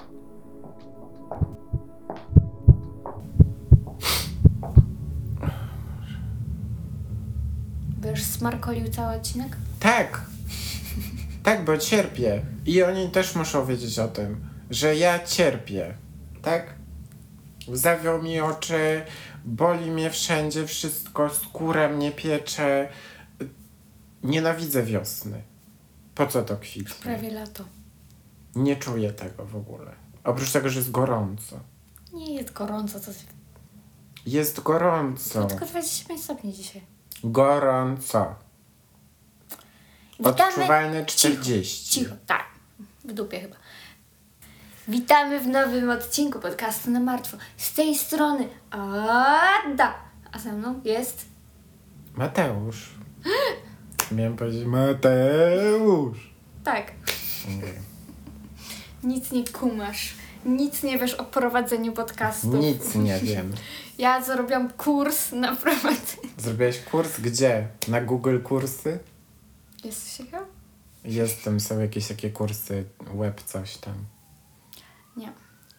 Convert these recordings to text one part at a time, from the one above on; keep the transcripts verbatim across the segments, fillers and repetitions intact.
Będziesz smarkolił cały odcinek? Tak. Tak, bo cierpię. I oni też muszą wiedzieć o tym, że ja cierpię. Tak? Zawią mi oczy, boli mnie wszędzie, wszystko, skóra mnie piecze. Nienawidzę wiosny. Po co to kwitnie? Prawie lato. Nie czuję tego w ogóle. Oprócz tego, że jest gorąco. Nie jest gorąco, to Jest gorąco. tylko dwadzieścia pięć stopni dzisiaj. Gorąco. Witamy- Odczuwalne czterdzieści. Cicho, tak. W dupie chyba. Witamy w nowym odcinku podcastu Na Martwo. Z tej strony Ada. A ze mną jest... Mateusz. Miałem powiedzieć Mateusz. Tak. Nie. Nic nie kumasz. Nic nie wiesz o prowadzeniu podcastu. Nic nie wiem. Ja zrobiłam kurs na prowadzenie. Zrobiłeś kurs gdzie? Na Google kursy? Jesteś ciekaw? Jestem, są jakieś takie kursy, web coś tam. Nie.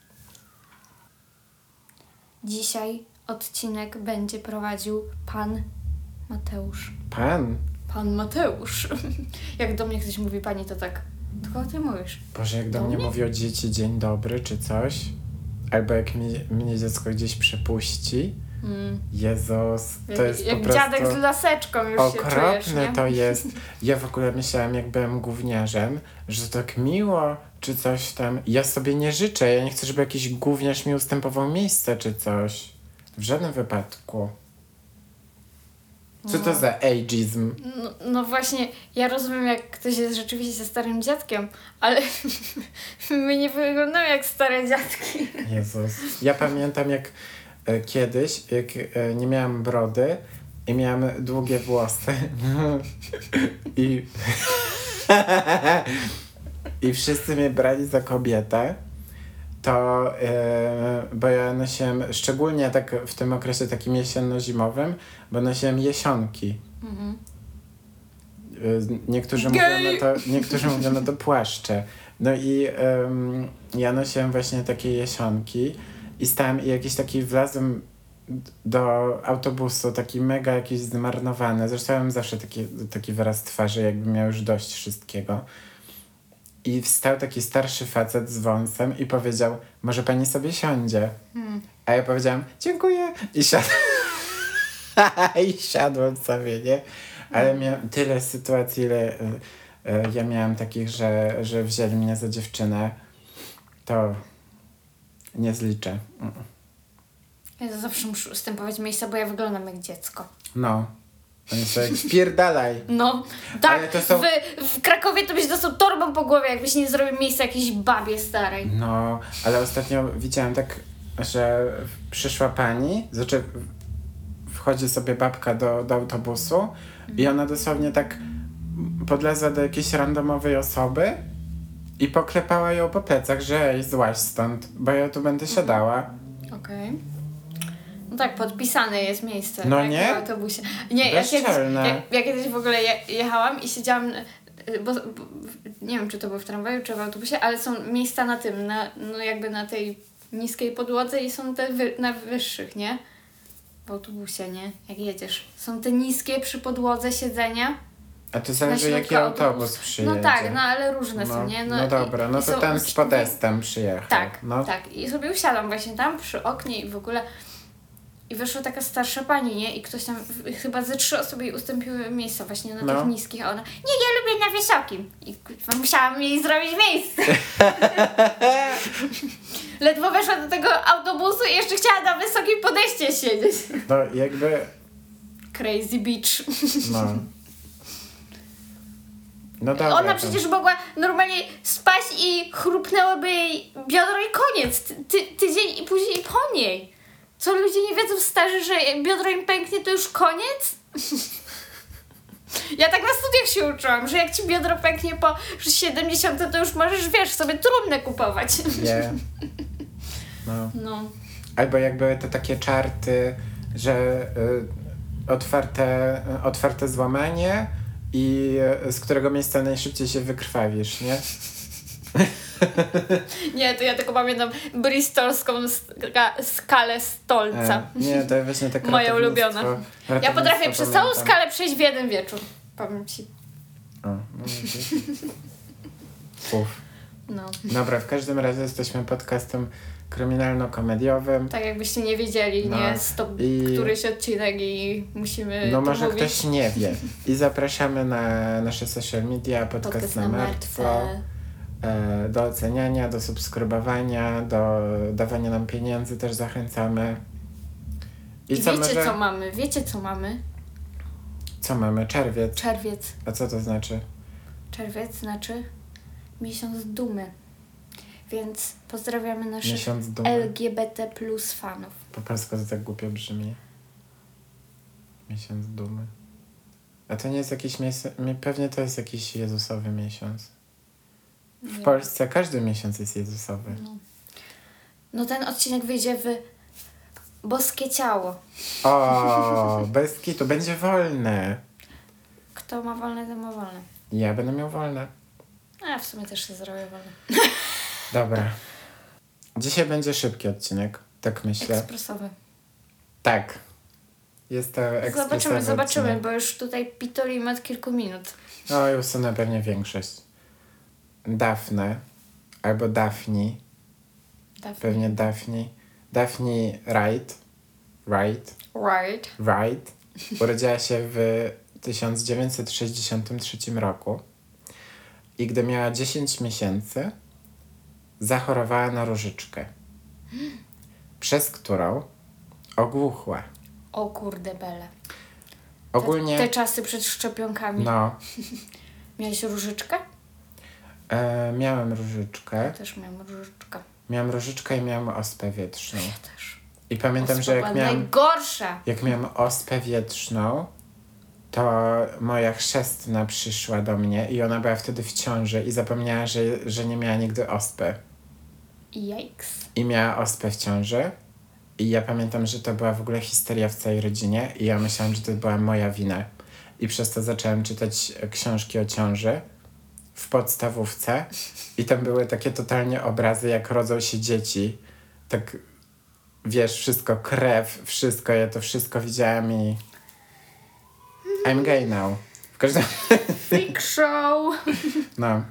Dzisiaj odcinek będzie prowadził pan Mateusz. Pan? Pan Mateusz. Jak do mnie ktoś mówi pani, to tak. Tylko o tym mówisz. Boże, jak do Do mnie mnie? mówi o dzieci dzień dobry czy coś. Albo jak mi, mnie dziecko gdzieś przepuści. Mm. Jezus, to Jak, jest jak po prostu... dziadek z laseczką już się czujesz, Okropne nie? to jest. Ja w ogóle myślałam, jak byłem gówniarzem, że tak miło, czy coś tam. Ja sobie nie życzę, ja nie chcę, żeby jakiś gówniarz mi ustępował miejsce, czy coś. W żadnym wypadku. Co to No. za ageism? No, no właśnie, ja rozumiem, jak ktoś jest rzeczywiście ze starym dziadkiem, ale my nie wyglądamy jak stare dziadki. Jezus. Ja pamiętam, jak e, kiedyś, jak e, nie miałam brody i miałam długie włosy. I... I wszyscy mnie brali za kobietę. To, e, bo ja nosiłem, szczególnie tak w tym okresie takim jesienno-zimowym, bo nosiłem jesionki. Mhm. E, Niektórzy Gej! mówią na to, niektórzy mówią na to płaszcze. No i em, ja nosiłem właśnie takie jesionki i stałem i jakiś taki wlazłem do autobusu, taki mega jakiś zmarnowany. Zresztą ja mam zawsze taki, taki wyraz twarzy, jakby miał już dość wszystkiego. I wstał taki starszy facet z wąsem i powiedział, może pani sobie siądzie. Hmm. A ja powiedziałam, dziękuję. I siadłem. I siadłem sobie, nie? Ale miałem tyle sytuacji, ile y, y, ja miałam takich, że, że wzięli mnie za dziewczynę. To nie zliczę. Mm. Ja zawsze muszę ustępować miejsca, bo ja wyglądam jak dziecko. No. Oni sobie spierdalaj. No, tak, Ale to są- w, w Krakowie to byś dostał torbą po głowie, jakbyś nie zrobił miejsca jakiejś babie starej. No, ale ostatnio widziałam tak, że przyszła pani, znaczy wchodzi sobie babka do, do autobusu i ona dosłownie tak podlezła do jakiejś randomowej osoby i poklepała ją po plecach, że ej, złaź stąd, bo ja tu będę siadała. Okej. No tak, podpisane jest miejsce. No tak, nie? w autobusie. Nie, ja kiedyś, Bezczelne. ja, ja kiedyś w ogóle je, jechałam i siedziałam, y, bo, bo nie wiem, czy to było w tramwaju, czy w autobusie, ale są miejsca na tym, na, no jakby na tej niskiej podłodze i są te wy, na wyższych, nie? W autobusie, nie? Jak jedziesz. Są te niskie przy podłodze siedzenia. A to Na zależy środku jaki autobus. autobus przyjedzie. No tak, no ale różne no, są, nie? No, dobra, i- no i to są ten z uczciwe- podestem przyjechał. Tak, no. tak. I sobie usiadłam właśnie tam przy oknie i w ogóle i wyszła taka starsza pani, nie? I ktoś tam, w- chyba ze trzy osoby jej ustąpiły miejsca właśnie na No. tych niskich, a ona, nie, ja lubię na wysokim. I kurwa, musiałam jej zrobić miejsce. Ledwo weszła do tego autobusu i jeszcze chciała na wysokim podejście siedzieć. No jakby, Crazy bitch. no. No dobra. Ona to- przecież mogła normalnie spać i chrupnęłoby jej biodro i koniec. Ty, ty, tydzień i później po niej. Co ludzie nie wiedzą starzy, że jak biodro im pęknie, to już koniec? Ja tak na studiach się uczyłam, że jak ci biodro pęknie po siedemdziesiątym, to już możesz, wiesz, sobie trumnę kupować. Nie. No. No. Albo jak były te takie czarty, że y, otwarte, y, otwarte złamanie i y, z którego miejsca najszybciej się wykrwawisz, nie? Nie, to ja tylko pamiętam bristolską ska- skalę stolca. E, nie, to właśnie tak Moja ulubiona. Ja potrafię przez całą pamiętam. skalę przejść w jeden wieczór. Powiem ci. O, no widzisz. Uf. No. Dobra, w każdym razie jesteśmy podcastem kryminalno-komediowym. Tak jakbyście nie wiedzieli, No. nie? Stop I- któryś odcinek i musimy No to może mówić. ktoś nie wie. I zapraszamy na nasze social media, podcast, Podcast na martwo, e, do oceniania, do subskrybowania, do dawania nam pieniędzy też zachęcamy. I, co wiecie może- co mamy? Wiecie co mamy? Co mamy? Czerwiec. Czerwiec. A co to znaczy? Czerwiec znaczy miesiąc dumy. Więc pozdrawiamy naszych Miesiąc dumy. L G B T plus fanów. Po polsku to tak głupio brzmi. Miesiąc dumy. A to nie jest jakiś miesiąc... Pewnie to jest jakiś Jezusowy miesiąc. W Nie. Polsce każdy miesiąc jest Jezusowy. No. no ten odcinek wyjdzie w boskie ciało. O, bez kitu, będzie wolny. Kto ma wolne, ten ma wolne. Ja będę miał wolne. A ja w sumie też się zrobię wolne. Dobra. Dzisiaj będzie szybki odcinek, tak myślę. Ekspresowy. Tak. Jest to ekspresowy Zobaczymy, zobaczymy, odcinek. bo już tutaj pitolimy od kilku minut. No, już są na pewnie większość. Daphne. Albo Daphne. Daphne. Pewnie Daphne. Daphne Wright. Wright. Right. Wright. Urodziła się w tysiąc dziewięćset sześćdziesiątym trzecim roku. I gdy miała dziesięć miesięcy, zachorowała na różyczkę, przez którą ogłuchła. O kurde bele. Ogólnie, Te, te czasy przed szczepionkami. no, Miałeś różyczkę? e, miałem różyczkę. Ja też miałam różyczkę. Miałem różyczkę i miałem ospę wietrzną. Ja też. I pamiętam, Ospa że jak była miałem, najgorsza. jak miałem ospę wietrzną, to moja chrzestna przyszła do mnie i ona była wtedy w ciąży i zapomniała, że, że nie miała nigdy ospy. Yikes. I miała ospę w ciąży. I ja pamiętam, że to była w ogóle histeria w całej rodzinie i ja myślałam, że to była moja wina. I przez to zacząłem czytać książki o ciąży w podstawówce i tam były takie totalnie obrazy, jak rodzą się dzieci. Tak, wiesz, wszystko, krew, wszystko, ja to wszystko widziałam i I'm gay now. W każdym Freak show. No.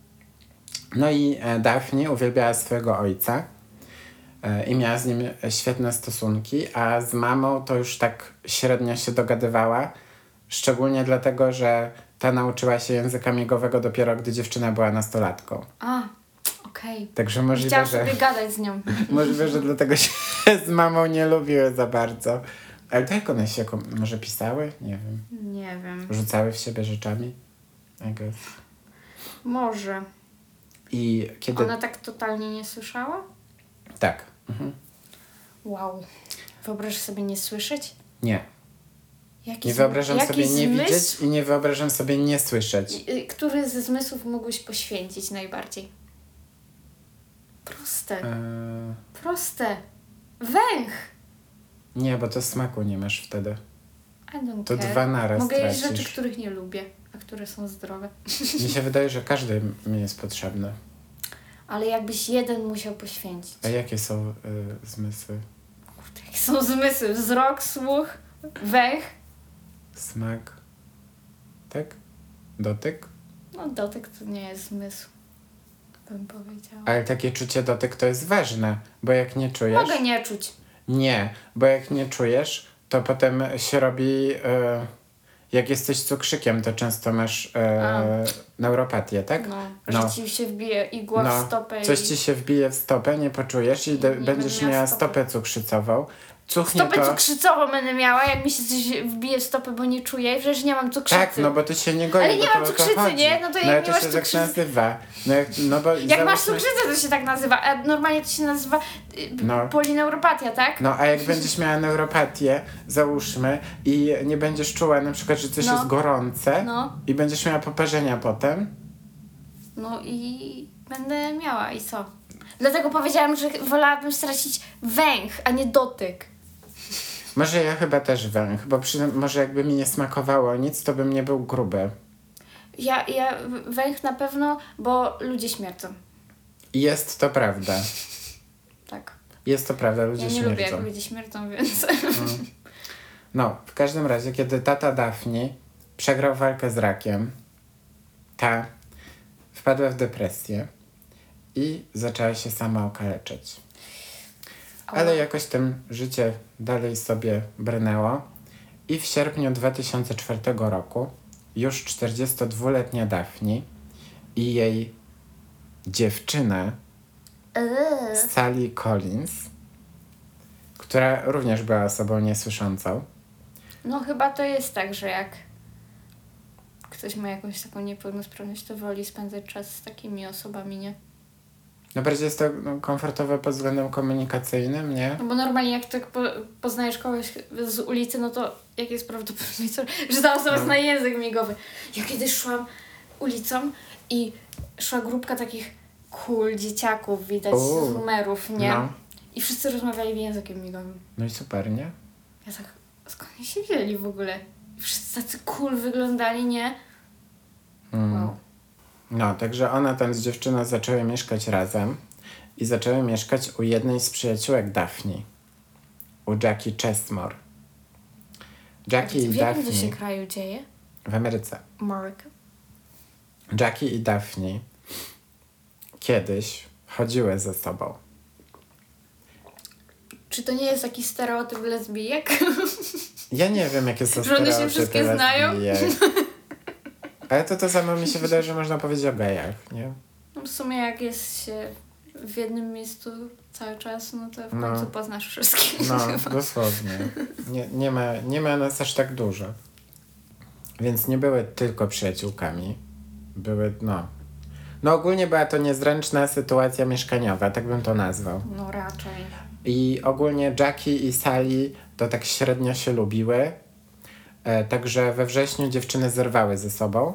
No i e, Daphne uwielbiała swojego ojca e, i miała z nim świetne stosunki, a z mamą to już tak średnio się dogadywała, szczególnie dlatego, że ta nauczyła się języka migowego dopiero, gdy dziewczyna była nastolatką. A, okej. Także możliwe, Chciałam że, sobie gadać z nią. możliwe, że dlatego się z mamą nie lubiły za bardzo. Ale to jak one się, jako, może pisały? Nie wiem. Nie wiem. Rzucały w siebie rzeczami? I guess. Może. I kiedy... Ona tak totalnie nie słyszała? Tak. Mhm. Wow. Wyobrażasz sobie nie słyszeć? Nie. Jaki Nie zm- wyobrażam jaki sobie nie zmysł? widzieć i nie wyobrażam sobie nie słyszeć. I- y, Który ze zmysłów mógłbyś poświęcić najbardziej? Proste. Eee, Proste. Węch. nie, bo to smaku nie masz wtedy. I don't To care. dwa naraz Mogę jeść tracisz. rzeczy, których nie lubię, a które są zdrowe. Mi się wydaje, że każdy mi jest potrzebny. Ale jakbyś jeden musiał poświęcić. A jakie są y, zmysły? Kurde, jakie są zmysły? Wzrok, słuch, węch. Smak? Tak? Dotyk? No dotyk to nie jest zmysł, bym powiedziała. Ale takie czucie dotyk to jest ważne, bo jak nie czujesz... Mogę nie czuć. Nie, bo jak nie czujesz, to potem się robi... Y, jak jesteś cukrzykiem, to często masz y, neuropatię, tak? No, No. że ci się wbije igła w stopę coś i... ci się wbije w stopę, nie poczujesz i de- Nie będziesz będę miała miała stopy. stopę cukrzycową. Cuchnie Stopę to... cukrzycową będę miała, jak mi się coś wbije w stopę, bo nie czuję, przecież nie mam cukrzycy. Tak, no bo ty się nie goi, Ale bo nie to mam o to cukrzycy, chodzi. nie? No to jak ale nie to masz się tak cukrzycy- nazywa. No jak, no bo Jak masz załóżmy- cukrzycę, to się tak nazywa, a normalnie to się nazywa y, No. polineuropatia, tak? No a jak będziesz miała neuropatię, załóżmy, i nie będziesz czuła na przykład, że coś No. jest gorące No. i będziesz miała poparzenia potem, No i będę miała i co? Dlatego powiedziałam, że wolałabym stracić węch, a nie dotyk. może ja chyba też węch, bo przy, może jakby mi nie smakowało nic, to bym nie był gruby. Ja, ja węch na pewno, bo ludzie śmierdzą. I jest to prawda. Tak. Jest to prawda, ludzie Ja nie śmierdzą. lubię, jak ludzie śmierdzą, więc... Mm. No, w każdym razie, kiedy tata Daphne przegrał walkę z rakiem, ta wpadła w depresję i zaczęła się sama okaleczyć. Ale jakoś tym życie dalej sobie brnęło i w sierpniu dwa tysiące czwartego roku już czterdziestodwuletnia Daphne i jej dziewczyna Sally Collins, która również była osobą niesłyszącą. No chyba to jest tak, że jak ktoś ma jakąś taką niepełnosprawność, to woli spędzać czas z takimi osobami, nie? No bardziej jest to no, komfortowe pod względem komunikacyjnym, nie? No bo normalnie jak tak po, poznajesz kogoś z ulicy, no to jak jest prawdopodobieństwo, że ta osoba No. zna język migowy. Ja kiedyś szłam ulicą i szła grupka takich cool dzieciaków, widać Uuu. z numerów, nie? No. I wszyscy rozmawiali językiem migowym. No i super, nie? Ja tak, skąd oni się wzięli w ogóle? Wszyscy tacy cool wyglądali, nie? Mm. Wow. No, także ona tam z dziewczyną zaczęły mieszkać razem i zaczęły mieszkać u jednej z przyjaciółek Daphne, u Jackie Chesmore. Jackie i W jakim Daphne to się kraju dzieje? w Ameryce. America. Jackie i Daphne kiedyś chodziły ze sobą. Czy to nie jest taki stereotyp lesbijek? Ja nie wiem, jakie są Że one się stereotypy wszystkie znają? lesbijek. Ale to to samo mi się wydaje, że można powiedzieć o gejach, nie? No w sumie jak jest się w jednym miejscu cały czas, no to w No. końcu poznasz wszystkich. No, chyba. dosłownie. Nie, nie, ma, nie ma nas aż tak dużo. Więc nie były tylko przyjaciółkami. Były, no... No ogólnie była to niezręczna sytuacja mieszkaniowa, tak bym to nazwał. No raczej. I ogólnie Jackie i Sally to tak średnio się lubiły. E, także we wrześniu dziewczyny zerwały ze sobą.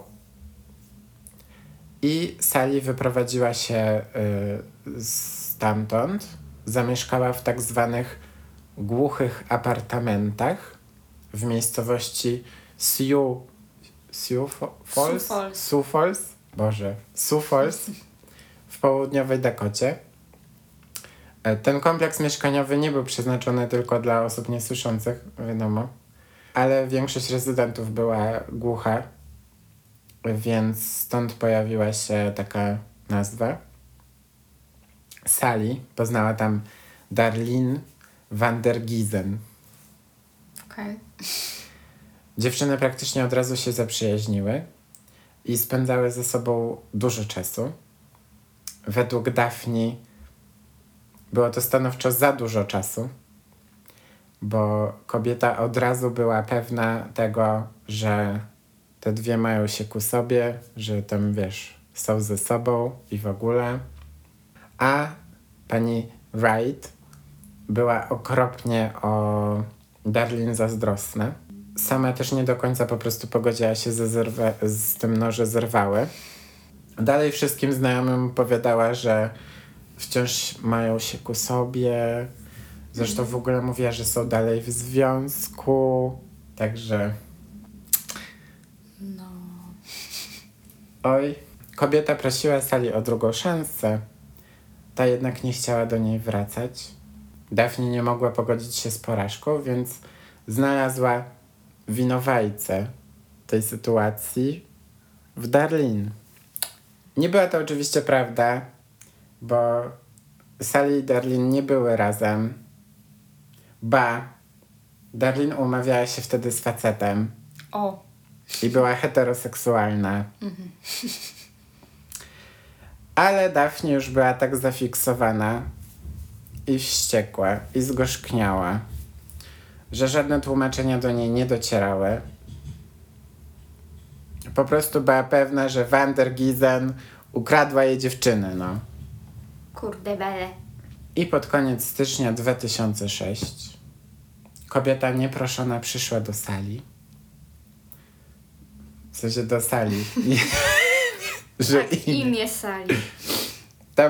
I Sally wyprowadziła się y, stamtąd. Zamieszkała w tak zwanych głuchych apartamentach w miejscowości Sioux, Sioux Falls? Sioux Falls. Sioux Falls? Boże. Sioux Falls w południowej Dakocie. E, Ten kompleks mieszkaniowy nie był przeznaczony tylko dla osób niesłyszących, wiadomo, ale większość rezydentów była głucha, więc stąd pojawiła się taka nazwa. Sally poznała tam Darlene van der Giezen. Okej. Okay. Dziewczyny praktycznie od razu się zaprzyjaźniły i spędzały ze sobą dużo czasu. Według Daphne było to stanowczo za dużo czasu, bo kobieta od razu była pewna tego, że te dwie mają się ku sobie, że tam, wiesz, są ze sobą i w ogóle. A pani Wright była okropnie o Darlene zazdrosna. Sama też nie do końca po prostu pogodziła się ze zerwa- z tym, no, że zerwały. Dalej wszystkim znajomym opowiadała, że wciąż mają się ku sobie. Zresztą w ogóle mówiła, że są dalej w związku. Także... No. Oj, kobieta prosiła Sally o drugą szansę. Ta jednak nie chciała do niej wracać. Daphne nie mogła pogodzić się z porażką, więc znalazła winowajcę tej sytuacji w Darlene. Nie była to oczywiście prawda, bo Sally i Darlene nie były razem. Ba, Darlene umawiała się wtedy z facetem. O. I była heteroseksualna. Ale Daphne już była tak zafiksowana i wściekła i zgorzkniała, że żadne tłumaczenia do niej nie docierały. Po prostu była pewna, że Van der Giezen ukradła jej dziewczyny, no. Kurde bele. I pod koniec stycznia dwa tysiące szóstego kobieta nieproszona przyszła do Sally. W sensie do Sally. że Tak, imię. imię Sally. Tam...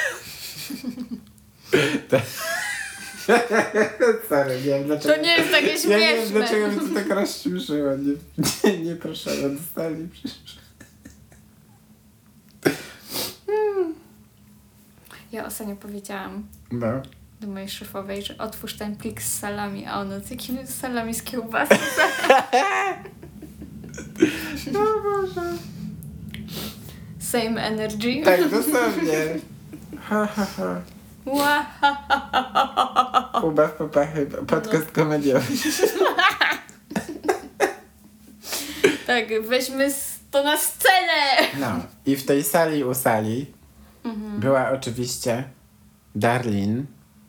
Ta... Sorry, nie wiem dlaczego... To nie jest takie śmieszne. Ja nie wiem dlaczego mi to tak rozśmieszyło. Nie, nie, nie proszę, do Sally przyszła. Ja ostatnio powiedziałam No. do mojej szefowej, że otwórz ten plik z salami, a ona z jakimi salami z kiełbasy. No Boże. Same energy. Tak, dosłownie. Ha, ha, ha. Ła, ha, ha, ha, ha, ha. Ubaw popachy, podcast komediowy. Tak, weźmy s- to na scenę! No. I w tej sali u sali Mhm. była oczywiście Darlin.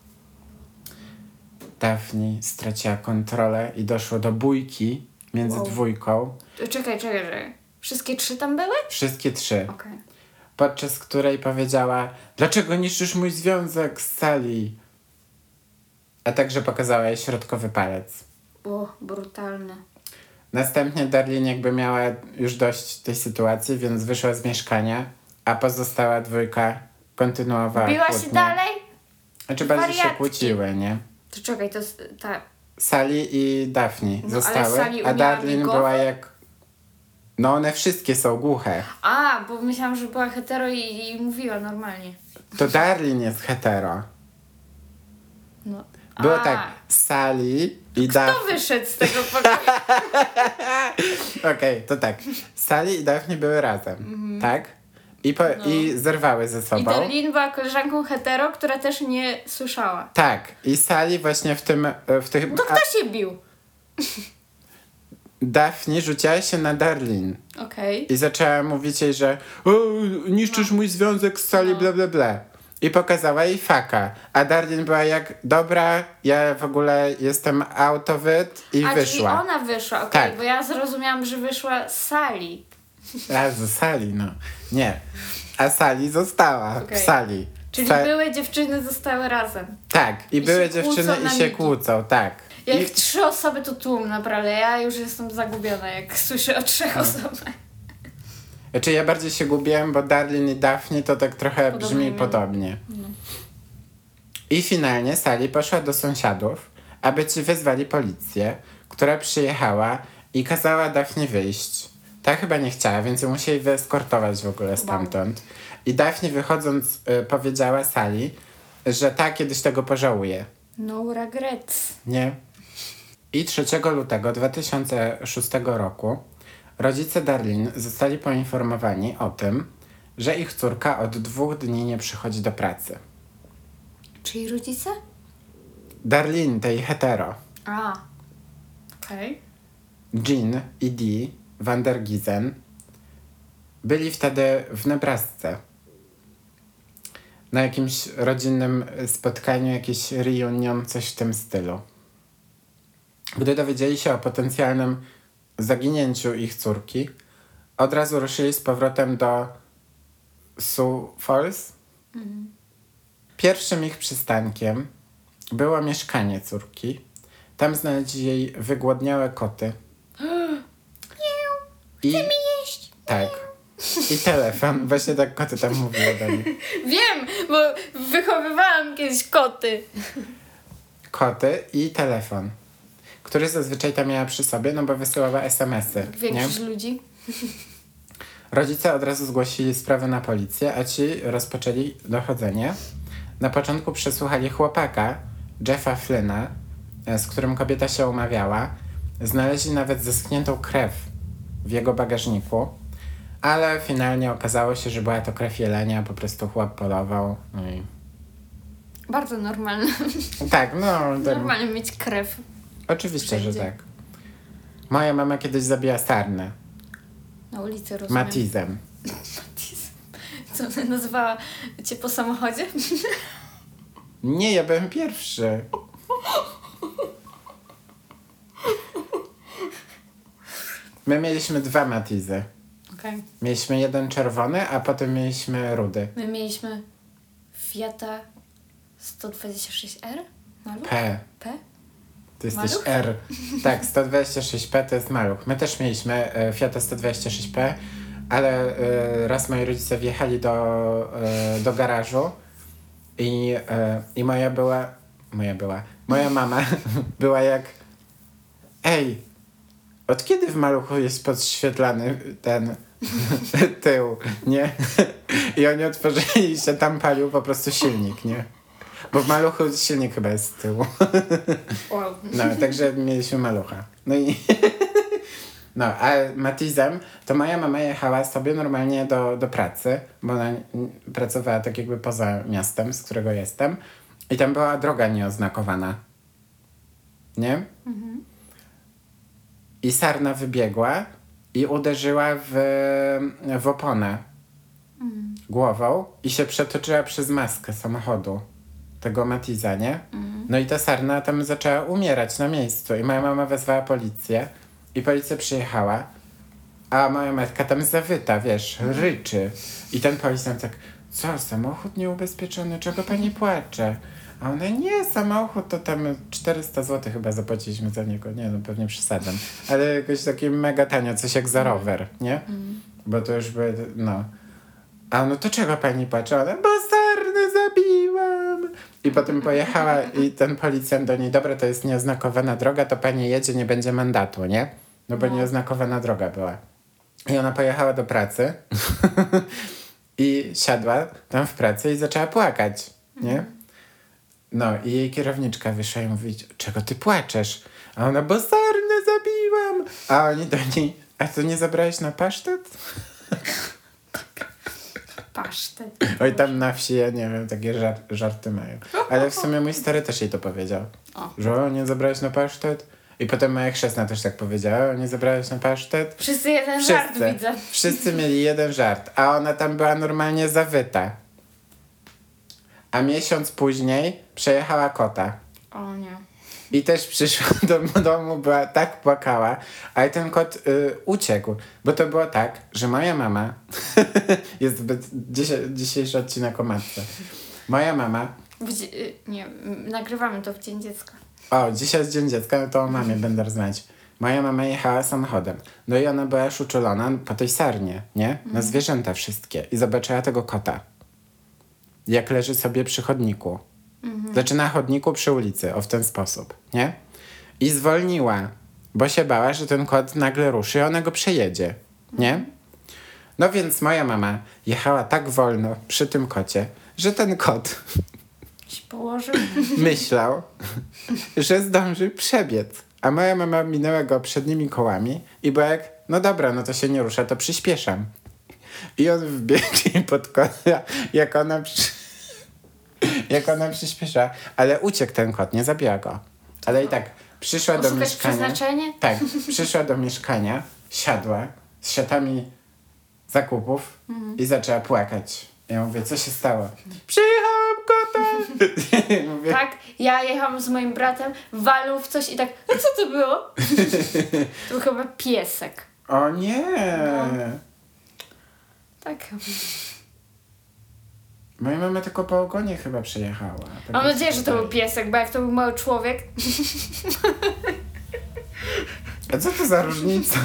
Daphne straciła kontrolę i doszło do bójki między Wow. dwójką. Czekaj, czekaj, czekaj. Wszystkie trzy tam były? Wszystkie trzy. Okej. Podczas której powiedziała: dlaczego niszczysz mój związek z sali? A także pokazała jej środkowy palec. O, brutalne. Następnie Darlin jakby miała już dość tej sytuacji, więc wyszła z mieszkania, a pozostała dwójka kontynuowała Biła się kłótnię. dalej? Znaczy bardziej się Wariatki. kłóciły, nie? To czekaj, to jest ta... Sally i Daphne No, ale zostały, Sally a umiała Darlin migować? była jak... No one wszystkie są głuche. A, bo myślałam, że była hetero i, i mówiła normalnie. To Darlin jest hetero. No. Było A, tak, Sally i Kto Daphne... wyszedł z tego pokoju? Okej, to tak. Sally i Daphne były razem, tak? I, po, No. I zerwały ze I sobą. Darlin była koleżanką hetero, która też nie słyszała. Tak, i Sally właśnie w tym... W tym To kto się bił? Daphne rzuciła się na Darlin Okej. i zaczęła mówić jej, że o, niszczysz mój związek z Sally, No. bla bla bla. I pokazała jej faka. A Darlin była jak, dobra, ja w ogóle jestem out of it i A, wyszła. czyli ona wyszła, okej, Tak. bo ja zrozumiałam, że wyszła z sali. A, z Sally, no. Nie. A Sally została Okej. w sali. Czyli Sa- były dziewczyny zostały razem. Tak, i, I były się kłócą dziewczyny na i się migi. kłócą, tak. Jak I, trzy osoby to tłum, naprawdę. Ja już jestem zagubiona, jak słyszę o trzech No. osobach. znaczy ja bardziej się gubiłem, bo Darlin i Daphne to tak trochę Podobne brzmi imiona. podobnie. No. I finalnie Sally poszła do sąsiadów, aby ci wezwali policję, która przyjechała i kazała Daphne wyjść. Ta chyba nie chciała, więc ją musieli wyeskortować w ogóle stamtąd. I Daphne wychodząc y, powiedziała Sally, że ta kiedyś tego pożałuje. No regrets. Nie? I trzeciego lutego dwa tysiące szóstego roku rodzice Darlin zostali poinformowani o tym, że ich córka od dwóch dni nie przychodzi do pracy. Czyli rodzice? Darlin, tej hetero, A. Okej. Jean i Dee van der Giesen byli wtedy w Nebrasce. Na jakimś rodzinnym spotkaniu, jakiś reunion, coś w tym stylu. Gdy dowiedzieli się o potencjalnym zaginięciu ich córki, od razu ruszyli z powrotem do Sioux Falls. Pierwszym ich przystankiem było mieszkanie córki. Tam znaleźli jej wygłodniałe koty. I, Chcę mi jeść. tak. I telefon. Właśnie tak koty tam mówiły do nich. Wiem, bo wychowywałam kiedyś koty. Koty i telefon, który zazwyczaj tam miała przy sobie, no bo wysyłała es em esy. Nie? Większość ludzi. Rodzice od razu zgłosili sprawę na policję, a ci rozpoczęli dochodzenie. Na początku przesłuchali chłopaka, Jeffa Flynna, z którym kobieta się umawiała. Znaleźli nawet zeschniętą krew w jego bagażniku, ale finalnie okazało się, że była to krew jelenia, po prostu chłop polował. No i... Bardzo normalne. Tak, no... tak, Normalnie mieć krew. oczywiście, że wszędzie. tak. Moja mama kiedyś zabiła sarnę. Na ulicy rozumiem. Matizem. Matiz. Co ona nazywała cię po samochodzie? Nie, ja byłem pierwszy. My mieliśmy dwa Matizy. Okej. Mieliśmy jeden czerwony, a potem mieliśmy rudy. My mieliśmy Fiata sto dwadzieścia sześć R? Maluch? P. P? Ty jesteś Maluch? R. Tak, sto dwadzieścia sześć P to jest maluch. My też mieliśmy e, Fiata sto dwadzieścia sześć P, ale e, raz moi rodzice wjechali do, e, do garażu i, e, i moja była... Moja była... Moja mama była jak... Ej, od kiedy w maluchu jest podświetlany ten tył, nie? I oni otworzyli i się tam palił po prostu silnik, nie? Bo w maluchu silnik chyba jest z tyłu. Wow. No, także mieliśmy malucha. No i... No, a Matizem, to moja mama jechała sobie normalnie do, do pracy, bo ona pracowała tak jakby poza miastem, z którego jestem. I tam była droga nieoznakowana. Nie? Mhm. I sarna wybiegła i uderzyła w, w oponę mhm. głową i się przetoczyła przez maskę samochodu tego Matiza, nie? Mhm. No i ta sarna tam zaczęła umierać na miejscu i moja mama wezwała policję i policja przyjechała, a moja matka tam zawyta, wiesz, ryczy. I ten policjant tak, co, samochód nieubezpieczony, czego pani płacze? A ona, nie, samochód to tam czterysta złotych chyba zapłaciliśmy za niego. Nie, no pewnie przesadzam. Ale jakoś takie mega tanio, coś jak za rower, nie? Mm. Bo to już były, no. A no to czego pani płacze? Ona, bo sarnę zabiłam. I potem pojechała i ten policjant do niej, dobra, to jest nieoznakowana droga, to pani jedzie, nie będzie mandatu, nie? No bo no. Nieoznakowana droga była. I ona pojechała do pracy i siadła tam w pracy i zaczęła płakać, nie? Mm. No i jej kierowniczka wyszła i mówi, czego ty płaczesz? A ona, bo sarnę zabiłam. A oni do niej, a to nie zabrałeś na pasztet? Pasztet. Oj, tam na wsi, ja nie wiem, takie żart, żarty mają. Ale w sumie mój stary też jej to powiedział. O. Że o, nie zabrałeś na pasztet? I potem moja chrzestna też tak powiedziała, o, nie zabrałeś na pasztet? Wszyscy jeden wszyscy, żart widzę. Wszyscy mieli jeden żart, a ona tam była normalnie zawyta. A miesiąc później przejechała kota. O nie. I też przyszła do domu, była, tak płakała, ale ten kot y, uciekł. Bo to było tak, że moja mama, jest zbyt dzisiaj, dzisiejszy odcinek o matce. Moja mama... Dzie- nie, nagrywamy to w Dzień Dziecka. O, dzisiaj jest Dzień Dziecka, no to o mamie będę rozmawiać. Moja mama jechała samochodem. No i ona była już uczulona po tej sarnie, nie? Na zwierzęta wszystkie. I zobaczyła tego kota. Jak leży sobie przy chodniku. Mhm. Znaczy na chodniku przy ulicy, o w ten sposób, nie? I zwolniła, bo się bała, że ten kot nagle ruszy i ona go przejedzie, nie? Mhm. No więc moja mama jechała tak wolno przy tym kocie, że ten kot się położył. myślał, że zdąży przebiec. A moja mama minęła go przednimi kołami i była jak, no dobra, no to się nie rusza, to przyspieszam. I on wbiegł jej pod kota, jak ona przy... jak ona przyspiesza. Ale uciekł ten kot, nie zabiła go. Ale i tak przyszła Oszukać do mieszkania. Przeznaczenie? Tak, przyszła do mieszkania, siadła z siatami zakupów mhm. i zaczęła płakać. Ja mówię, co się stało? Przyjechałam kota! Mówię, tak, ja jechałam z moim bratem, walnął w coś i tak, a co to było? To był chyba piesek. O nie! No. Tak. Moja mama tylko po ogonie chyba przejechała. Tak mam nadzieję, że to był piesek, bo jak to był mały człowiek... A co to za różnica?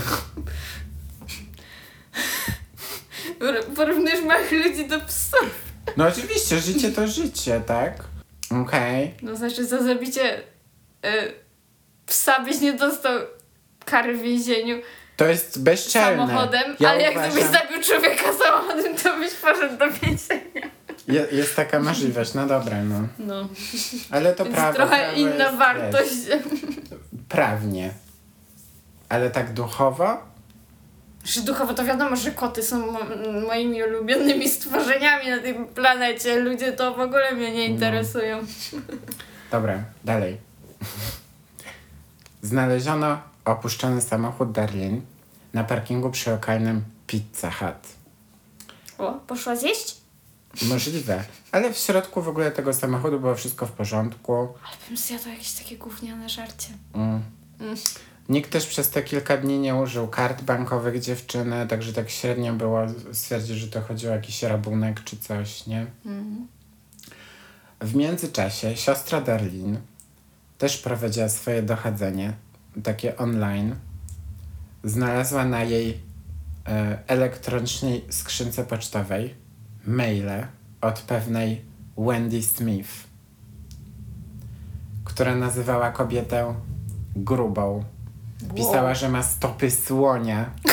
Porównujesz małych ludzi do psów. No oczywiście, życie to życie, tak? Okej. Okay. No znaczy za zabicie y, psa byś nie dostał kary w więzieniu. To jest bezczelne. Samochodem, ja ale uważam... jak gdybyś zabił człowieka samochodem, to byś poszedł do więzienia. Je, jest taka możliwość, no dobra, no. No. Ale to jest prawo, trochę prawo inna jest, wartość. Wiesz, prawnie. Ale tak duchowo? Że duchowo to wiadomo, że koty są mo- moimi ulubionymi stworzeniami na tej planecie. Ludzie to w ogóle mnie nie interesują. No. Dobra, dalej. Znaleziono opuszczony samochód Darlene na parkingu przy lokalnym Pizza Hut. O, poszła zjeść? Możliwe, ale w środku w ogóle tego samochodu było wszystko w porządku. Ale bym zjadła jakieś takie gówniane żarcie. Mm. Mm. Nikt też przez te kilka dni nie użył kart bankowych dziewczyny, także tak średnio było stwierdzić, że to chodziło o jakiś rabunek czy coś, nie? Mm. W międzyczasie siostra Darlene też prowadziła swoje dochodzenie, takie online. Znalazła na jej e, elektronicznej skrzynce pocztowej maile od pewnej Wendy Smith, która nazywała kobietę grubą. Pisała, wow. że ma stopy słonia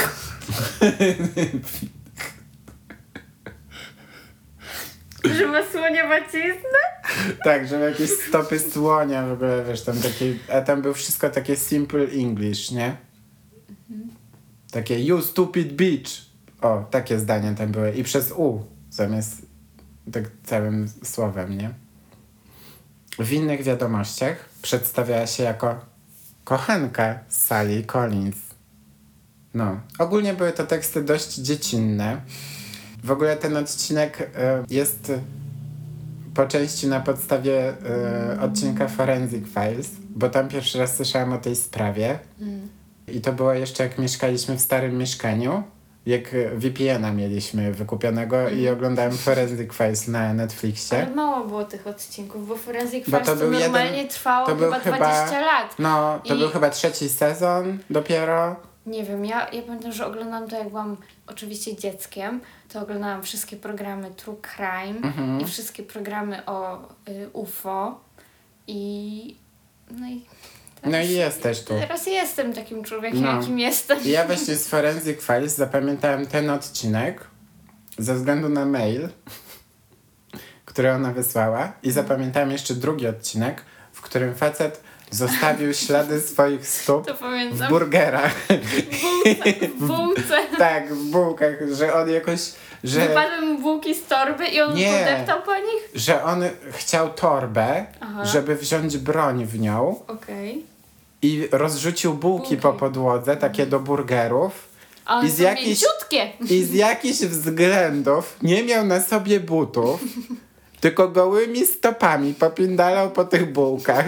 Że ma słoniowacizny? Tak, że jakieś stopy słonia w ogóle, wiesz, tam takie, a tam było wszystko takie simple English, nie? Mhm. Takie you stupid bitch. O, takie zdania tam były i przez U zamiast tak całym słowem, nie? W innych wiadomościach przedstawiała się jako kochanka Sally Collins. No, ogólnie były to teksty dość dziecinne. W ogóle ten odcinek y, jest po części na podstawie y, odcinka Forensic Files, bo tam pierwszy raz słyszałam o tej sprawie. Mm. I to było jeszcze jak mieszkaliśmy w starym mieszkaniu, jak V P N a mieliśmy wykupionego mm. i oglądałem Forensic Files na Netflixie. Ale mało było tych odcinków, bo Forensic Bo Files to to, był normalnie jeden- trwało to był chyba chyba- dwadzieścia lat. No, to I- był chyba trzeci sezon dopiero. Nie wiem, ja, ja pamiętam, że oglądałam to jak byłam oczywiście dzieckiem, to oglądałam wszystkie programy True Crime Mhm. i wszystkie programy o y, U F O i no i No i jesteś tu. teraz jestem takim człowiekiem, No. jakim jestem. I ja właśnie z Forensic Files zapamiętałem ten odcinek ze względu na mail, który ona wysłała i zapamiętałem jeszcze drugi odcinek, w którym facet zostawił ślady swoich stóp To w pamiętam. burgerach. W bułce, w bułce. Tak, w bułkach, że on jakoś, że, Wypadły mu bułki z torby i on Nie. podeptał po nich? że on chciał torbę, Aha. żeby wziąć broń w nią Okej. i rozrzucił bułki Bułki. po podłodze, takie do burgerów. A one I z są jakiejś- mięciutkie. I z jakichś względów nie miał na sobie butów, tylko gołymi stopami popindalał po tych bułkach.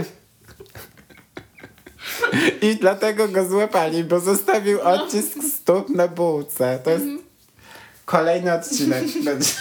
I dlatego go złapali, bo zostawił odcisk stóp na bułce. To jest kolejny odcinek. będzie.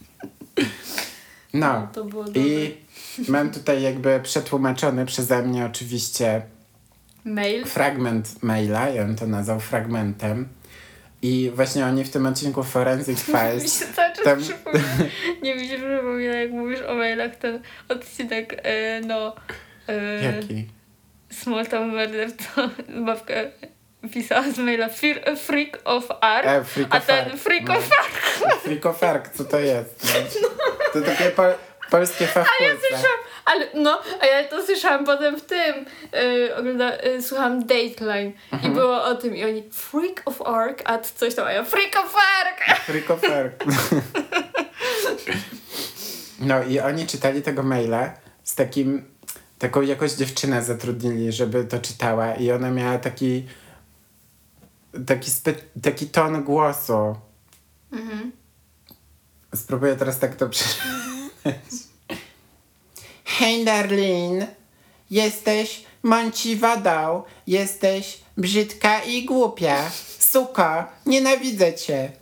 No. To było dobre. I mam tutaj jakby przetłumaczony przeze mnie oczywiście Mail. fragment maila, ja bym to nazwał fragmentem. I właśnie oni w tym odcinku Forensic Mi Files się cały czas tam- przypomina, nie mi się przypomina, jak mówisz o mailach, ten odcinek, e, no, e, Jaki? Small Town Murder, to babka pisała z maila Fir- Freak of Ark, E, freak a of ten Ark, Freak no. of Ark. Freak of Ark, co to jest? No. To takie po, polskie A ja fachpulce. słyszałam, ale no, a ja to słyszałam potem w tym, yy, ogląda, yy, słuchałam Dateline i było o tym i oni Freak of Ark, a coś tam, a ja Freak of Ark! Freak of Ark. No i oni czytali tego maila z takim, taką jakoś dziewczynę zatrudnili, żeby to czytała i ona miała taki taki, spe, taki ton głosu. Mhm. Spróbuję teraz tak to przeczytać. Hej, Darlin. Jesteś mąciwodą. Jesteś brzydka i głupia. Suko, nienawidzę cię.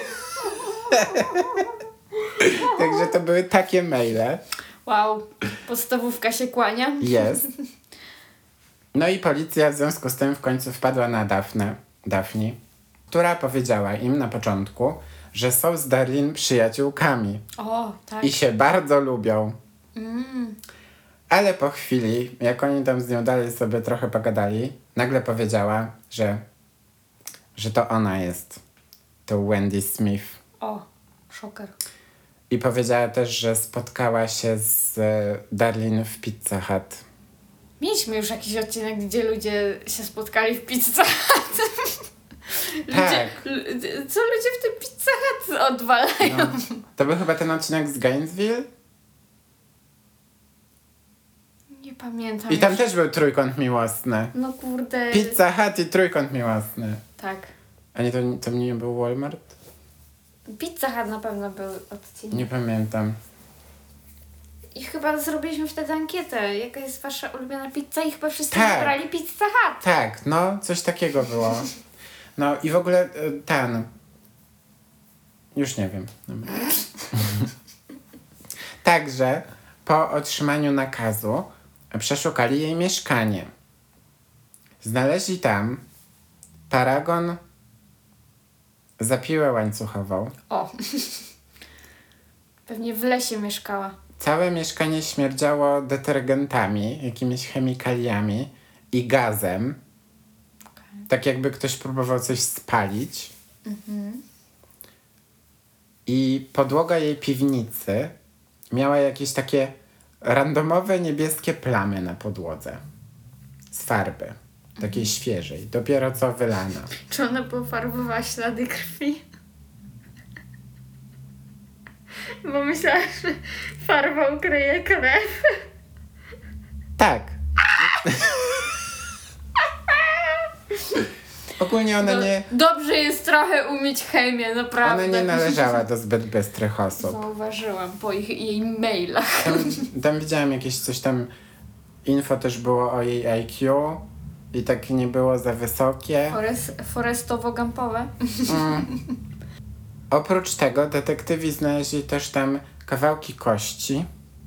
Także to były takie maile. Wow, podstawówka się kłania. Jest. No i policja w związku z tym w końcu wpadła na Dafnę, Daphne, która powiedziała im na początku, że są z Darlin przyjaciółkami O, tak. i się bardzo lubią. Mm. Ale po chwili, jak oni tam z nią dalej sobie trochę pogadali, nagle powiedziała, że, że to ona jest, to Wendy Smith. O, szoker. I powiedziała też, że spotkała się z e, Darlin w Pizza Hut. Mieliśmy już jakiś odcinek, gdzie ludzie się spotkali w Pizza Hut. Ludzie, Tak. l- co ludzie w tym Pizza Hut odwalają? No. To był chyba ten odcinek z Gainesville? Nie pamiętam. I tam już. też był trójkąt miłosny. No kurde. Pizza Hut i trójkąt miłosny. Tak. A nie, to, to nie był Walmart? Pizza Hut na pewno był odcinek. Nie pamiętam. I chyba zrobiliśmy wtedy ankietę, jaka jest wasza ulubiona pizza i chyba wszyscy Tak. wybrali Pizza Hut. Tak, no, coś takiego było. No i w ogóle y, ten... Już nie wiem. Dobra. Także po otrzymaniu nakazu przeszukali jej mieszkanie. Znaleźli tam paragon, zapiłę łańcuchową. O. Pewnie w lesie mieszkała. Całe mieszkanie śmierdziało detergentami, jakimiś chemikaliami i gazem. Tak jakby ktoś próbował coś spalić. Mhm. I podłoga jej piwnicy miała jakieś takie randomowe niebieskie plamy na podłodze. Z farby. Takiej świeżej. Dopiero co wylana. Czy ona pofarbowała ślady krwi? Bo myślałam, że farba ukryje krew. Tak. Ogólnie ona Do, nie... Dobrze jest trochę umieć chemię, naprawdę. Ona nie należała do zbyt bystrych osób. Zauważyłam po ich, jej mailach. Tam, tam widziałam jakieś coś tam... Info też było o jej I Q. I tak nie było za wysokie. Forest, forestowo-gampowe. Mm. Oprócz tego detektywi znaleźli też tam kawałki kości.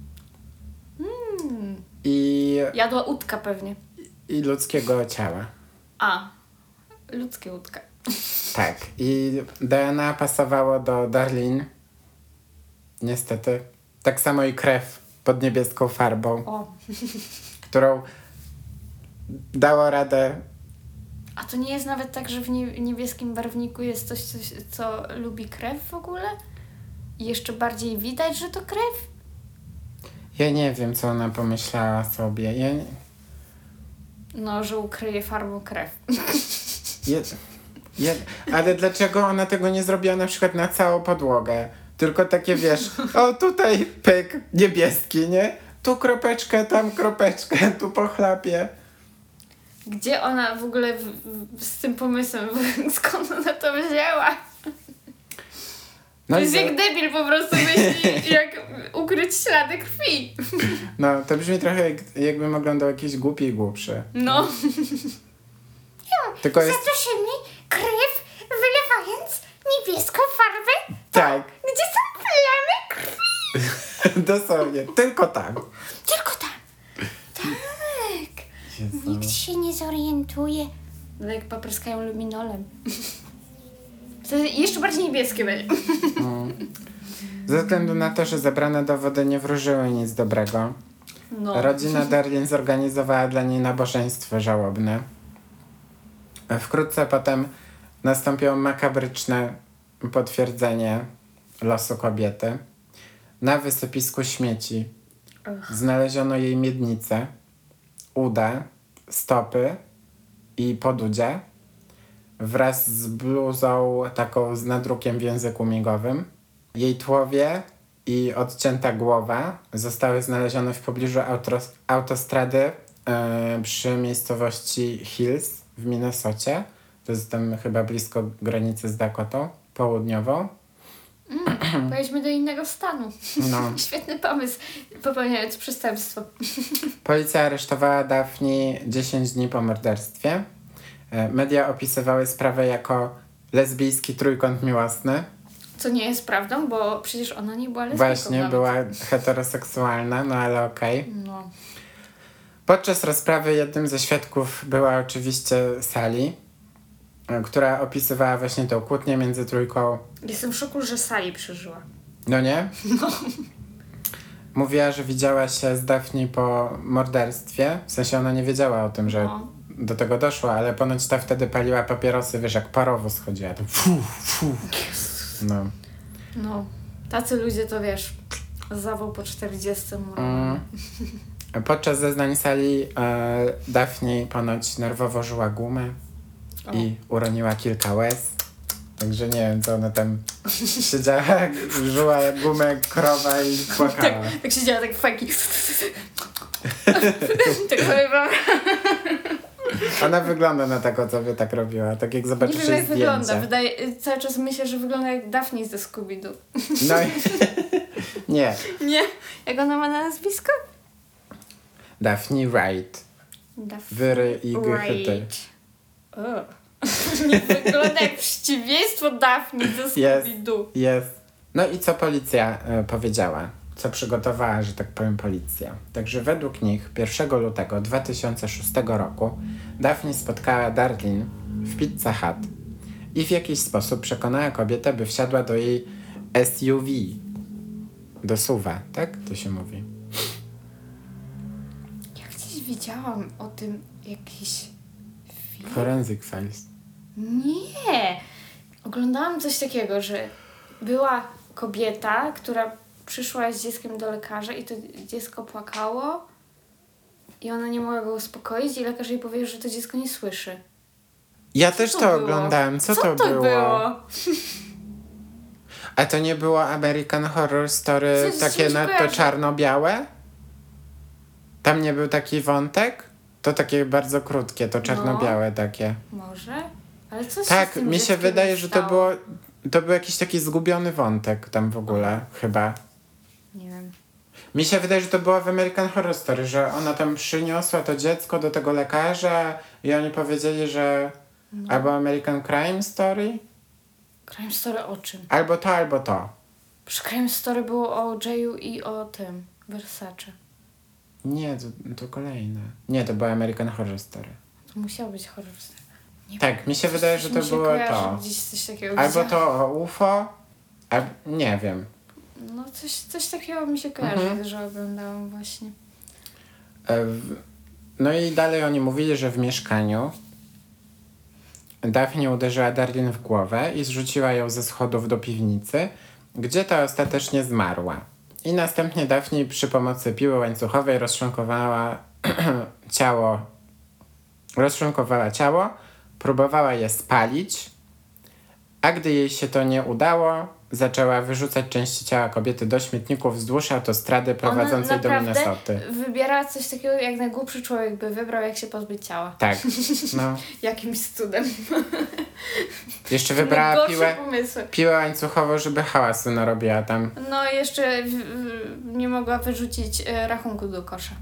Mm. I, Jadła łódka pewnie. i ludzkiego ciała. A, ludzkie łódka. Tak. I D N A pasowało do Darlene. Niestety. Tak samo i krew pod niebieską farbą, O. którą dało radę. A to nie jest nawet tak, że w nie, niebieskim barwniku jest coś, coś, co lubi krew w ogóle? I jeszcze bardziej widać, że to krew? Ja nie wiem, co ona pomyślała sobie. Ja, nie- No, że ukryje farbą krew. ja, ja, ale dlaczego ona tego nie zrobiła na przykład na całą podłogę? Tylko takie, wiesz, o tutaj pyk, niebieski, nie? Tu kropeczkę, tam kropeczkę, tu pochlapie. Gdzie ona w ogóle w, w, z tym pomysłem, skąd ona to wzięła? No, To i jest za- jak debil po prostu myśli, jak ukryć ślady krwi. no to brzmi trochę jak, jakbym oglądał jakiś głupi i głupszy. No. Tylko jest... Zaduszyli krew, wylewając niebieską farbę. Tak, Gdzie są plamy krwi? dosłownie, tylko tak. Tylko tam. Tak. Nikt się nie zorientuje. No jak popryskają luminolem. To jeszcze bardziej niebieskie będzie. Ze względu na to, że zebrane dowody nie wróżyły nic dobrego, No. rodzina Darlene zorganizowała dla niej nabożeństwo żałobne. Wkrótce potem nastąpiło makabryczne potwierdzenie losu kobiety. Na wysypisku śmieci Ugh. znaleziono jej miednicę, uda, stopy i podudzie wraz z bluzą taką z nadrukiem w języku migowym. Jej tułowie i odcięta głowa zostały znalezione w pobliżu autostr- autostrady e, przy miejscowości Hills w Minnesocie. To jest tam chyba blisko granicy z Dakotą południową. Mm, pojedźmy do innego stanu. No. Świetny pomysł, popełniając przestępstwo. Policja aresztowała Daphne dziesięć dni po morderstwie. E, Media opisywały sprawę jako lesbijski trójkąt miłosny. Co nie jest prawdą, bo przecież ona nie była lesbijką. Właśnie, nawet. była heteroseksualna, no ale okej. No. Podczas rozprawy jednym ze świadków była oczywiście Sally, e, która opisywała właśnie tę kłótnię między trójką. Jestem w szoku, że Sally przeżyła. No nie? Mówiła, że widziała się z Daphne po morderstwie. W sensie ona nie wiedziała o tym, że No. do tego doszło, ale ponoć ta wtedy paliła papierosy, wiesz, jak parowóz chodziła. To fu, fu. No. No. Tacy ludzie to wiesz, zawał po czterdziestym. Mm. Podczas zeznań Sally e, Daphne ponoć nerwowo żyła gumę O. i uroniła kilka łez. Także nie wiem, co ona tam siedziała, jak żyła jak gumę, jak krowa i płakała. Tak, tak siedziała, tak fajki. Tak sobie wyobrażam. Ona wygląda na taką, co by tak robiła, tak jak Nie zobaczysz wiem jej jak zdjęcia. wygląda. Wydaje, cały czas myślę, że wygląda jak Daphne ze Scooby-Doo. No i... Nie. Nie? Jak ona ma na nazwisko? Daphne Wright. Daphne Wyry i gychyty. Wright. O. Nie wygląda jak przeciwieństwo Daphne ze Jest. Scooby-Doo. Jest. No i co policja e, powiedziała? Co przygotowała, że tak powiem, policja? Także według nich pierwszego lutego dwa tysiące szóstego roku Daphne spotkała Darlene w Pizza Hut i w jakiś sposób przekonała kobietę, by wsiadła do jej S U V. Do suwa, tak? To się mówi. Ja gdzieś widziałam o tym jakiś film. Forensic Files. Nie! Oglądałam coś takiego, że była kobieta, która przyszła z dzieckiem do lekarza i to dziecko płakało i ona nie mogła go uspokoić i lekarz jej powiedział, że to dziecko nie słyszy. Ja Co też to to było? oglądałem. Co, Co to, to było? było? A to nie było American Horror Story Coś- takie coś nadto kojarzę. czarno-białe? Tam nie był taki wątek? To takie bardzo krótkie, to czarno-białe takie. Może? Ale co się z Tak, tym mi się dzieckiem wydaje, że to stało? było... To był jakiś taki zgubiony wątek tam w ogóle, chyba. Nie wiem. Mi się wydaje, że to było w American Horror Story, że ona tam przyniosła to dziecko do tego lekarza i oni powiedzieli, że No. albo American Crime Story, Crime Story o czym? albo to, albo to. Przy Crime Story było o Jayu i o tym, Versace. Nie, to, to kolejne. Nie, to było American Horror Story. To musiało być horror story. Nie Tak, mi się coś- wydaje, coś że mi to się było kojarzy, to. Gdzieś coś takiego Albo widziałam. to o U F O, a nie wiem. No coś, coś takiego mi się kojarzy, Mhm. że oglądałam właśnie. E, w- No i dalej oni mówili, że w mieszkaniu Daphne uderzyła Darlene w głowę i zrzuciła ją ze schodów do piwnicy, gdzie ta ostatecznie zmarła. I następnie Daphne przy pomocy piły łańcuchowej rozczłonkowała ciało, rozczłonkowała ciało, próbowała je spalić, a gdy jej się to nie udało, zaczęła wyrzucać części ciała kobiety do śmietników wzdłuż autostrady prowadzącej do naprawdę Minnesoty. wybiera coś takiego, jak najgłupszy człowiek by wybrał, jak się pozbyć ciała. Tak, no. Jakimś cudem. Jeszcze wybrała Najgorsze piłę, pomysły. piłę łańcuchową, żeby hałasu narobiła tam. No i jeszcze w, w, nie mogła wyrzucić e, rachunku do kosza.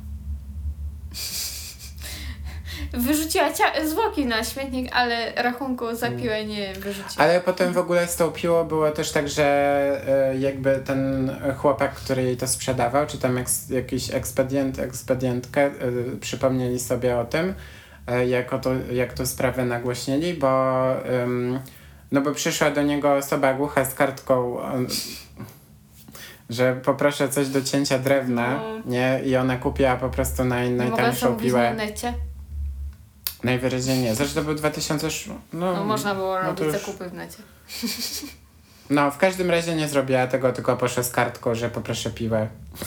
Wyrzuciła cia- zwłoki na śmietnik, ale rachunku za piłę nie wyrzuciła. Ale potem w ogóle z tą piłą było też tak, że e, jakby ten chłopak, który jej to sprzedawał, czy tam eks, jakiś ekspedient, ekspedientkę, e, przypomnieli sobie o tym, e, jak, o to, jak tą sprawę nagłośnili, bo, ym, no bo przyszła do niego osoba głucha z kartką, on, że poproszę coś do cięcia drewna, No. nie? I ona kupiła po prostu naj, Nie mogła najtańszą zamówić piłę. na necie. Najwyraźniej nie. Zresztą to był dwa tysiące... No, No można było no to robić już- zakupy w necie. No, w każdym razie nie zrobiła tego, tylko poszła z kartką, że poproszę piłę.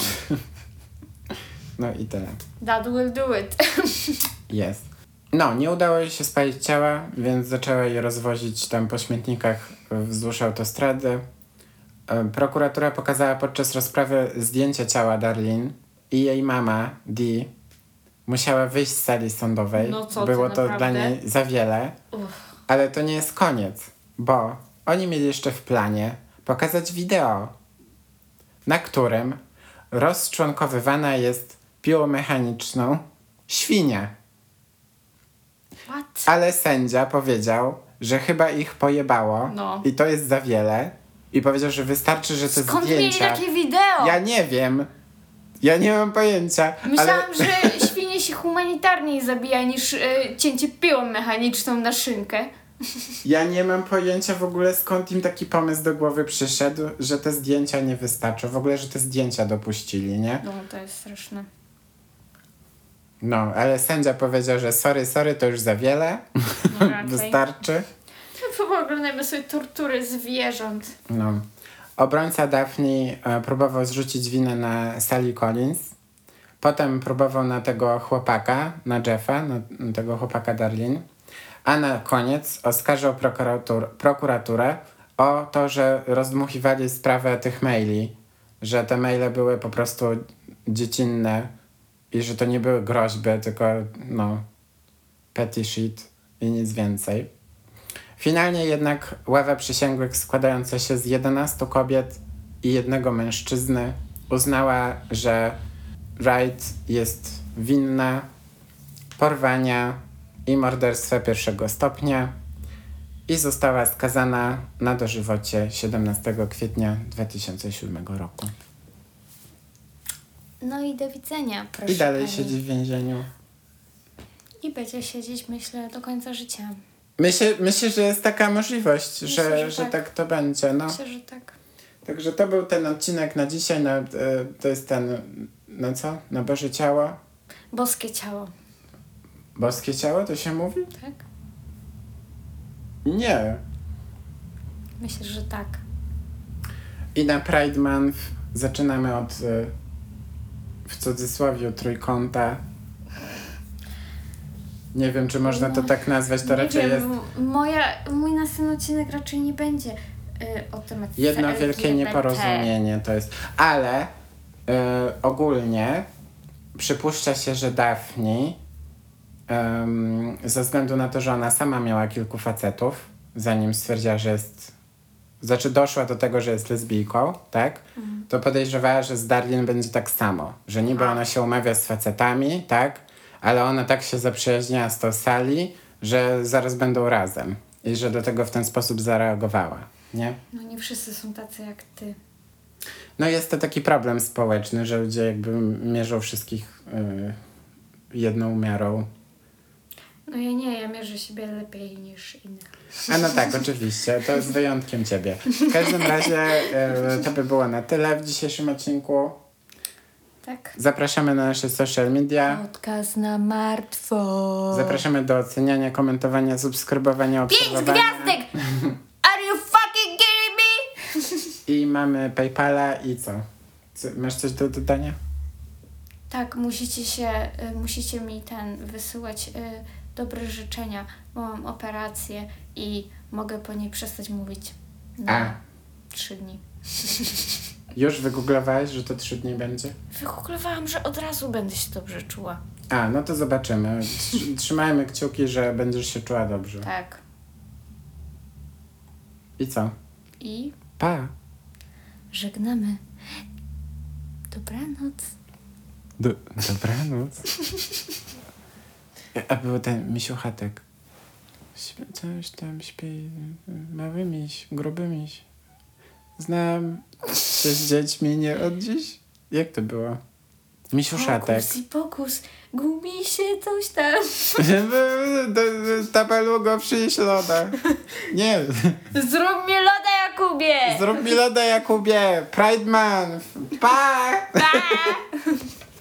No i tyle. That will do it. Jest. No, nie udało jej się spalić ciała, więc zaczęła je rozwozić tam po śmietnikach wzdłuż autostrady. E, Prokuratura pokazała podczas rozprawy zdjęcie ciała Darlene i jej mama, Dee, musiała wyjść z sali sądowej. No co ty, Było to naprawdę? dla niej za wiele. Uff. Ale to nie jest koniec, bo oni mieli jeszcze w planie pokazać wideo, na którym rozczłonkowywana jest piłą mechaniczną świnia. What? Ale sędzia powiedział, że chyba ich pojebało No. i to jest za wiele. I powiedział, że wystarczy, że te Skąd mieli zdjęcia... takie wideo? Ja nie wiem. Ja nie mam pojęcia. Myślałam, ale... że świnie się humanitarniej zabija niż y, cięcie piłą mechaniczną na szynkę. Ja nie mam pojęcia w ogóle, skąd im taki pomysł do głowy przyszedł, że te zdjęcia nie wystarczą. W ogóle, że te zdjęcia dopuścili, nie? No to jest straszne. No, ale sędzia powiedział, że sorry, sorry, to już za wiele. No, raczej. Wystarczy. No, oglądajmy sobie tortury zwierząt. No. Obrońca Daphne e, próbował zrzucić winę na Sally Collins. Potem próbował na tego chłopaka, na Jeffa, na, na tego chłopaka Darlene. A na koniec oskarżał prokuratur, prokuraturę o to, że rozdmuchiwali sprawę tych maili. Że te maile były po prostu dziecinne i że to nie były groźby, tylko no petty shit i nic więcej. Finalnie jednak ława przysięgłych składająca się z jedenastu kobiet i jednego mężczyzny uznała, że Wright jest winna porwania i morderstwa pierwszego stopnia i została skazana na dożywocie siedemnastego kwietnia dwa tysiące siódmego roku. No i do widzenia, proszę I dalej pani. siedzi w więzieniu. I będzie siedzieć, myślę, do końca życia. Myślę, myślę, że jest taka możliwość, Myślę, że, że że tak. tak to będzie. No. Myślę, że tak. Także to był ten odcinek na dzisiaj. Na, e, to jest ten, na co? Na Boże Ciało? Boskie ciało, Boskie Ciało to się mówi? tak? Nie. Myślę, że tak. I na Pride Month zaczynamy od y, w cudzysłowie trójkąta. Nie wiem, czy można to tak nazwać, to nie raczej wiem, jest moja, mój następny odcinek raczej nie będzie y, o tematyce jedno L G B T. wielkie nieporozumienie to jest. Ale y, ogólnie przypuszcza się, że Daphne ym, ze względu na to, że ona sama miała kilku facetów, zanim stwierdziła, że jest znaczy doszła do tego, że jest lesbijką, tak? Mhm. To podejrzewała, że z Darlene będzie tak samo. Że niby ona się umawia z facetami, tak? Ale ona tak się zaprzyjaźniła z tą Sally, że zaraz będą razem. I że do tego w ten sposób zareagowała, nie? No nie wszyscy są tacy jak ty. No jest to taki problem społeczny, że ludzie jakby mierzą wszystkich yy, jedną miarą. No ja nie, ja mierzę siebie lepiej niż innych. A no tak, oczywiście, to z wyjątkiem ciebie. W każdym razie yy, to by było na tyle w dzisiejszym odcinku. Tak. Zapraszamy na nasze social media. Podcast na martwo. Zapraszamy do oceniania, komentowania, subskrybowania, Pięć obserwowania. gwiazdek! Are you fucking kidding me? I mamy PayPala i co? co? Masz coś do dodania? Tak, musicie się, y, musicie mi ten wysyłać y, dobre życzenia, bo mam operację i mogę po niej przestać mówić na A. trzy dni. Już wygooglowałeś, że to trzy dni będzie? Wygooglowałam, że od razu będę się dobrze czuła. A, no to zobaczymy. Tr- Trzymajmy kciuki, że będziesz się czuła dobrze. Tak. I co? I Pa! żegnamy. Dobranoc. Do, dobranoc. A był ten misiuchatek. Śpi, coś tam śpi. Mały miś, gruby miś. Znam się z dziećmi nie od dziś. Jak to było? Misiuszatek. Pokus i pokus, gubi się coś tam. Tabelugo, przynieś loda. Nie. Zrób mi loda, Jakubie! Zrób mi loda, Jakubie. Pride Month. Pa! Pa!